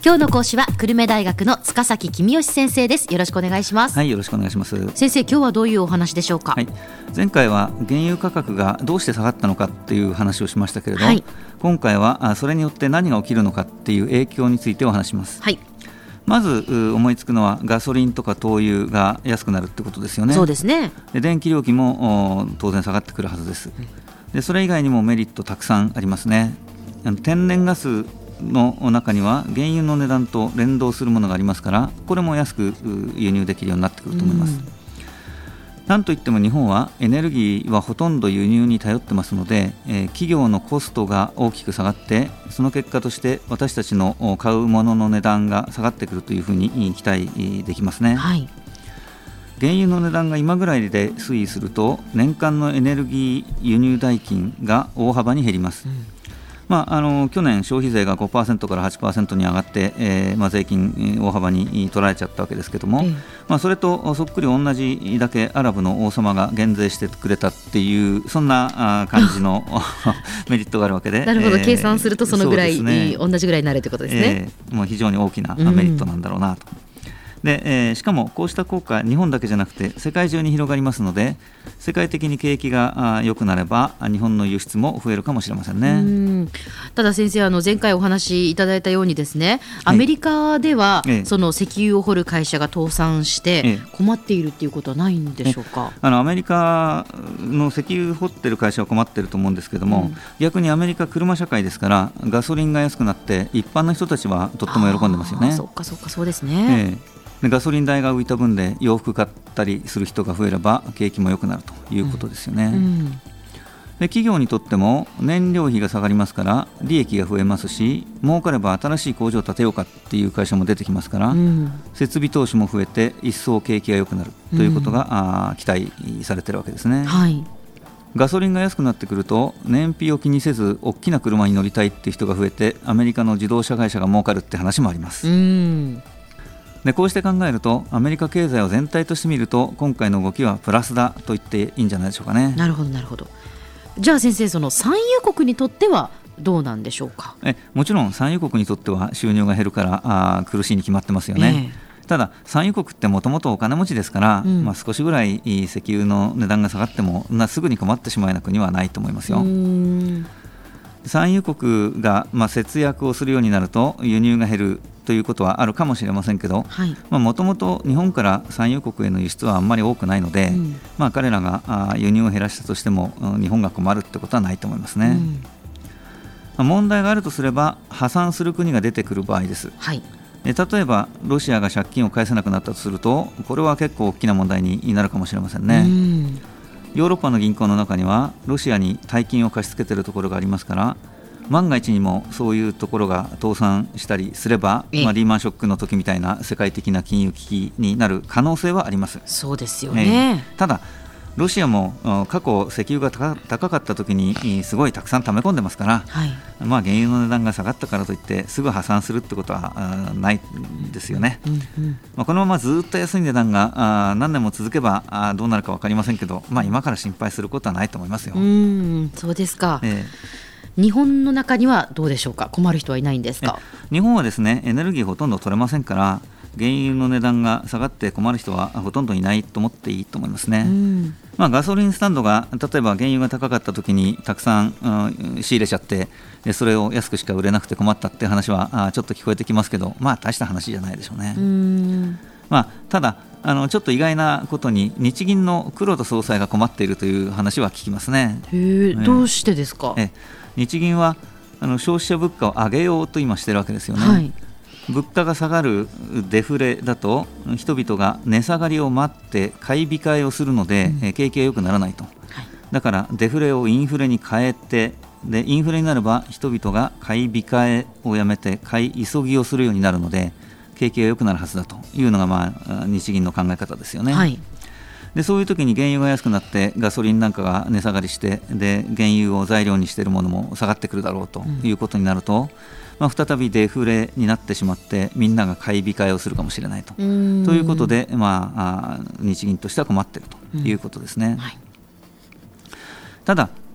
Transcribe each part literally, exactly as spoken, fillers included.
今日の講師は久留米大学の塚崎公義先生です。よろしくお願いします。 はい、よろしくお願いします。 先生、今日はどういうお話でしょうか。 はい、前回は原油価格がどうして下がったのかっていう話をしましたけれど、はい、今回はそれによって何が起きるのかっていう影響についてお話します。はい、まず思いつくのはガソリンとか灯油が安くなるってことですよね。 そうですね。 で電気料金も当然下がってくるはずです。でそれ以外にもメリットたくさんありますね。天然ガスの中には原油の値段と連動するものがありますから、これも安く輸入できるようになってくると思います。なんといっても日本はエネルギーはほとんど輸入に頼ってますので、えー、企業のコストが大きく下がって、その結果として私たちの買うものの値段が下がってくるというふうに期待できますね。はい、原油の値段が今ぐらいで推移すると、年間のエネルギー輸入代金が大幅に減ります。うん、まあ、あの去年消費税が ごパーセント から はちパーセント に上がって、えーまあ、税金大幅に取られちゃったわけですけども、うんまあ、それとそっくり同じだけアラブの王様が減税してくれたっていう、そんな感じのメリットがあるわけで、 なるほど、えー、計算するとそのぐらい、ね、同じぐらいになるということですね。 えー、もう非常に大きなメリットなんだろうなと。うんでえー、しかもこうした効果、日本だけじゃなくて世界中に広がりますので、世界的に景気が良くなれば日本の輸出も増えるかもしれませんね。 うん、ただ先生、あの前回お話しいただいたようにですね、アメリカでは、はい、その石油を掘る会社が倒産して困っているっていうことはないんでしょうか。 あのアメリカの石油掘ってる会社は困ってると思うんですけども、うん、逆にアメリカ車社会ですから、ガソリンが安くなって一般の人たちはとっても喜んでますよね。 そうかそうか、そうですね。 ええでガソリン代が浮いた分で洋服買ったりする人が増えれば景気も良くなるということですよね。うんうん、で企業にとっても燃料費が下がりますから利益が増えますし、儲かれば新しい工場を建てようかっていう会社も出てきますから、うん、設備投資も増えて一層景気が良くなるということが、うん、期待されているわけですね。はい、ガソリンが安くなってくると燃費を気にせず大きな車に乗りたいっていう人が増えて、アメリカの自動車会社が儲かるって話もあります。うんでこうして考えると、アメリカ経済を全体として見ると今回の動きはプラスだと言っていいんじゃないでしょうかね。 なるほどなるほど。じゃあ先生、その産油国にとってはどうなんでしょうか。 えもちろん産油国にとっては収入が減るからあ苦しいに決まってますよね。えー、ただ産油国ってもともとお金持ちですから、うんまあ、少しぐらい石油の値段が下がってもなすぐに困ってしまうような国はないと思いますよ。うーん産油国が、まあ、節約をするようになると輸入が減るということはあるかもしれませんけど、もともと日本から産油国への輸出はあんまり多くないので、うんまあ、彼らがあ輸入を減らしたとしても日本が困るってことはないと思いますね。うんまあ、問題があるとすれば破産する国が出てくる場合です。はい、例えばロシアが借金を返せなくなったとすると、これは結構大きな問題になるかもしれませんね。うんヨーロッパの銀行の中にはロシアに大金を貸し付けているところがありますから、万が一にもそういうところが倒産したりすれば、まあ、リーマンショックの時みたいな世界的な金融危機になる可能性はあります。 そうですよね。 えー、ただロシアも過去石油が高かった時にすごいたくさん溜め込んでますから、はい、まあ、原油の値段が下がったからといってすぐ破産するってことはないんですよね。うんうんまあ、このままずっと安い値段が何年も続けばどうなるか分かりませんけど、まあ、今から心配することはないと思いますよ。 うーんそうですか。えー、日本の中にはどうでしょうか。困る人はいないんですか。 日本はですね、エネルギーほとんど取れませんから、原油の値段が下がって困る人はほとんどいないと思っていいと思いますね。うんまあ、ガソリンスタンドが例えば原油が高かった時にたくさん、うん、仕入れちゃってそれを安くしか売れなくて困ったっていう話はちょっと聞こえてきますけど、まあ大した話じゃないでしょうね。うーん、まあ、ただあのちょっと意外なことに日銀の黒田総裁が困っているという話は聞きますね。 へー、どうしてですか。 え日銀はあの消費者物価を上げようと今してるわけですよね。はい、物価が下がるデフレだと人々が値下がりを待って買い控えをするので、うん、景気が良くならないと。はい、だからデフレをインフレに変えて、でインフレになれば人々が買い控えをやめて買い急ぎをするようになるので景気が良くなるはずだというのが、まあ、日銀の考え方ですよね。はい、でそういう時に原油が安くなってガソリンなんかが値下がりしてで原油を材料にしているものも下がってくるだろうということになると、うんまあ、再びデフレになってしまってみんなが買い控えをするかもしれないとということで、まあ、あ日銀としては困っているということですね。うんはい、ただ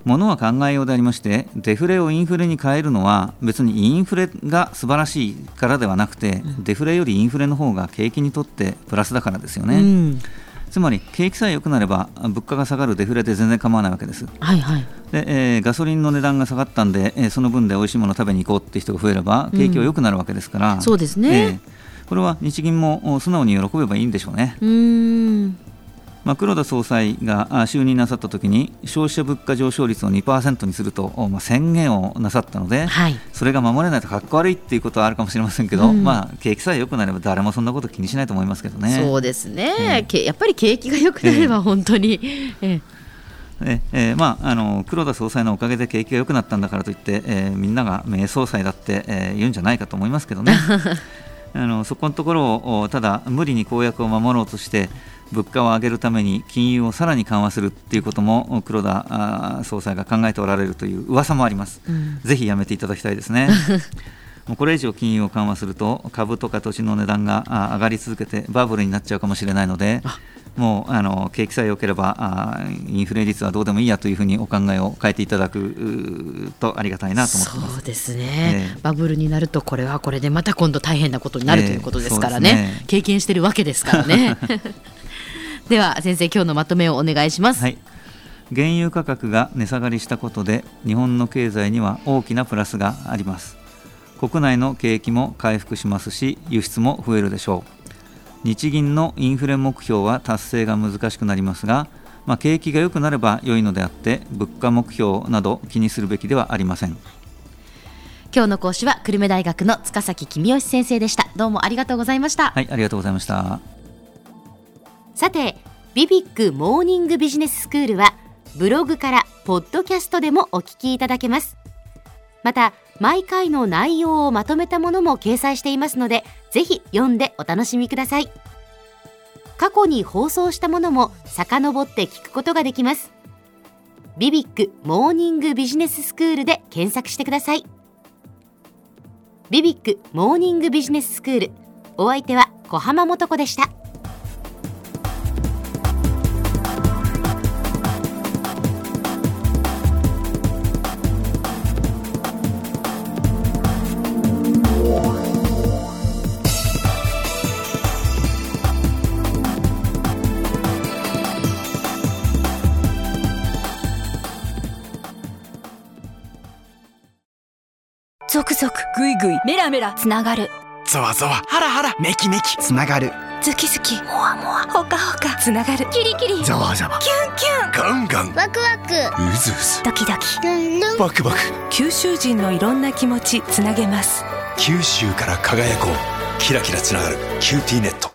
ものは考えようでありまして、デフレをインフレに変えるのは別にインフレが素晴らしいからではなくて、うん、デフレよりインフレの方が景気にとってプラスだからですよね、うん、つまり景気さえ良くなれば物価が下がるデフレで全然構わないわけです、 はいはい。 でえー、ガソリンの値段が下がったんで、えー、その分で美味しいものを食べに行こうって人が増えれば景気は良くなるわけですから、 うん、そうですね、えー、これは日銀も素直に喜べばいいんでしょうね。 うーん、 まあ、黒田総裁が就任なさったときに消費者物価上昇率を にパーセント にすると、まあ、宣言をなさったので、はい、それが守れないとかっこ悪いっていうことはあるかもしれませんけど、うん、まあ、景気さえ良くなれば誰もそんなこと気にしないと思いますけどね。 そうですね、えー、やっぱり景気が良くなれば本当に、えーええーまあ、あの黒田総裁のおかげで景気が良くなったんだからといって、えー、みんなが名総裁だって、えー、言うんじゃないかと思いますけどねあのそこのところをただ無理に公約を守ろうとして物価を上げるために金融をさらに緩和するということも黒田総裁が考えておられるという噂もあります、うん、ぜひやめていただきたいですねもうこれ以上金融を緩和すると株とか土地の値段が上がり続けてバブルになっちゃうかもしれないので、もうあの景気さえ良ければあインフレ率はどうでもいいやというふうにお考えを変えていただくとありがたいなと思っています。 そうですね、えー、バブルになるとこれはこれでまた今度大変なことになる、えー、ということですからね、ね、経験してるわけですからねでは先生、今日のまとめをお願いします。 はい、原油価格が値下がりしたことで日本の経済には大きなプラスがあります。国内の景気も回復しますし、輸出も増えるでしょう。日銀のインフレ目標は達成が難しくなりますが、まあ、景気が良くなれば良いのであって物価目標など気にするべきではありません。 今日の講師は久留米大学の塚崎公義先生でした。どうもありがとうございました。 はい、ありがとうございました。 さて、ビビックモーニングビジネススクールはブログからポッドキャストでもお聞きいただけます。また毎回の内容をまとめたものも掲載していますので、ぜひ読んでお楽しみください。過去に放送したものも遡って聞くことができます。ビビックモーニングビジネススクールで検索してください。ビビックモーニングビジネススクール、お相手は小浜もとこでした。 ゾクゾクグイグイメラメラつながる、 ゾワゾワハラハラメキメキつながる、 ズキズキモワモワホカホカつながる、キリキリザワザワキュンキュンガンガンワクワクウズウズドキドキルンルンバクバク、 九州人のいろんな気持ちつなげます。 九州から輝こう、キラキラつながるキューティーネット。